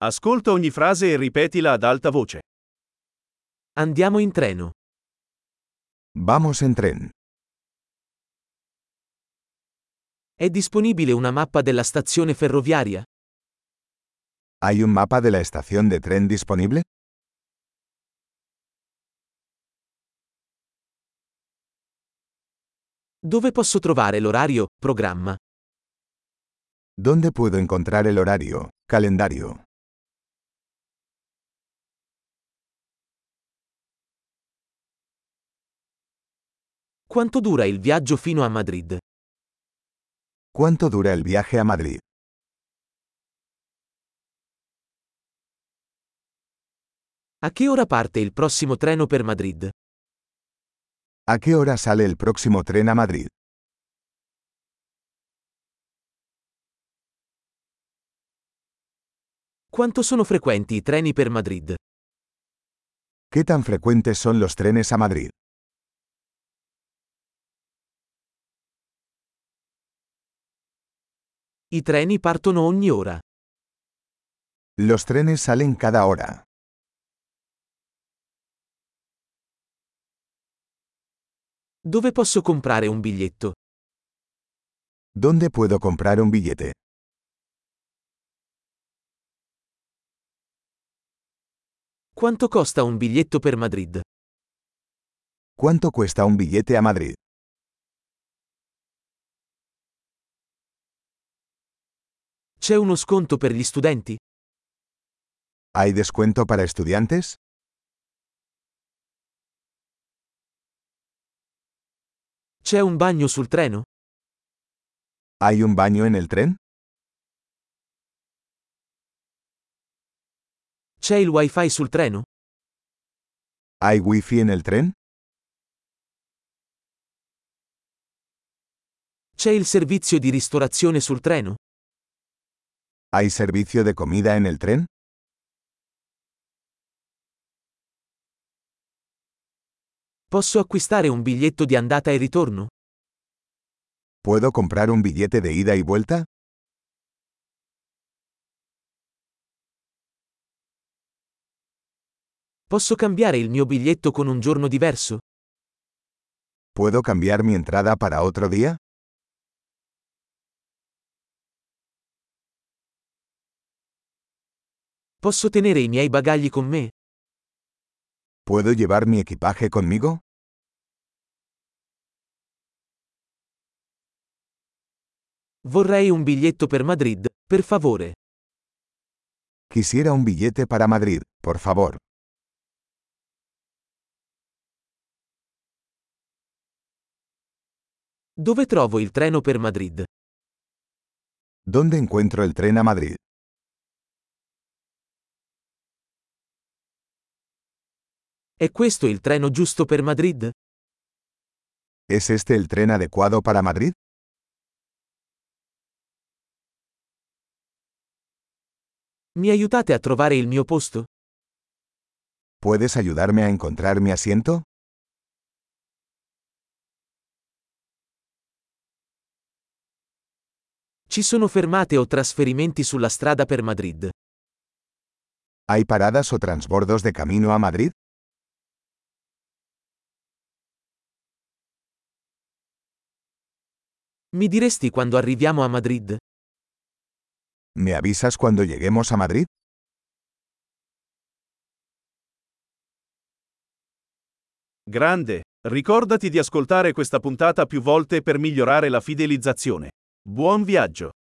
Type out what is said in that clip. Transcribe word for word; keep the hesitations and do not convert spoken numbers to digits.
Ascolta ogni frase e ripetila ad alta voce. Andiamo in treno. Vamos en tren. È disponibile una mappa della stazione ferroviaria? ¿Hay un mapa de la estación de tren disponible? Dove posso trovare l'orario, programma? ¿Dónde puedo encontrar el horario, calendario? Quanto dura il viaggio fino a Madrid? ¿Cuánto dura el viaje a Madrid? A che ora parte il prossimo treno per Madrid? ¿A qué hora sale el próximo tren a Madrid? Quanto sono frequenti i treni per Madrid? ¿Qué tan frecuentes son los trenes a Madrid? I treni partono ogni ora. Los trenes salen cada hora. Dove posso comprare un biglietto? ¿Dónde puedo comprar un billete? Quanto costa un biglietto per Madrid? ¿Cuánto cuesta un billete a Madrid? C'è uno sconto per gli studenti? ¿Hay descuento para estudiantes? C'è un bagno sul treno? ¿Hay un baño en el tren? C'è il wifi sul treno? ¿Hay wifi en el tren? C'è il servizio di ristorazione sul treno? ¿Hay servicio de comida en el tren? Posso acquistare un biglietto di andata e ritorno? ¿Puedo comprar un billete de ida y vuelta? Posso cambiare il mio biglietto con un giorno diverso? ¿Puedo cambiar mi entrada para otro día? Posso tenere i miei bagagli con me? ¿Puedo llevar mi equipaje conmigo? Vorrei un biglietto per Madrid, per favore. Quisiera un billete para Madrid, por favor. Dove trovo il treno per Madrid? ¿Dónde encuentro el tren a Madrid? È questo il treno giusto per Madrid? ¿Es este el tren adecuado para Madrid? Mi aiutate a trovare il mio posto? ¿Puedes ayudarme a encontrar mi asiento? Ci sono fermate o trasferimenti sulla strada per Madrid? ¿Hay paradas o transbordos de camino a Madrid? Mi diresti quando arriviamo a Madrid? ¿Me avisas cuando lleguemos a Madrid? Grande! Ricordati di ascoltare questa puntata più volte per migliorare la fidelizzazione. Buon viaggio!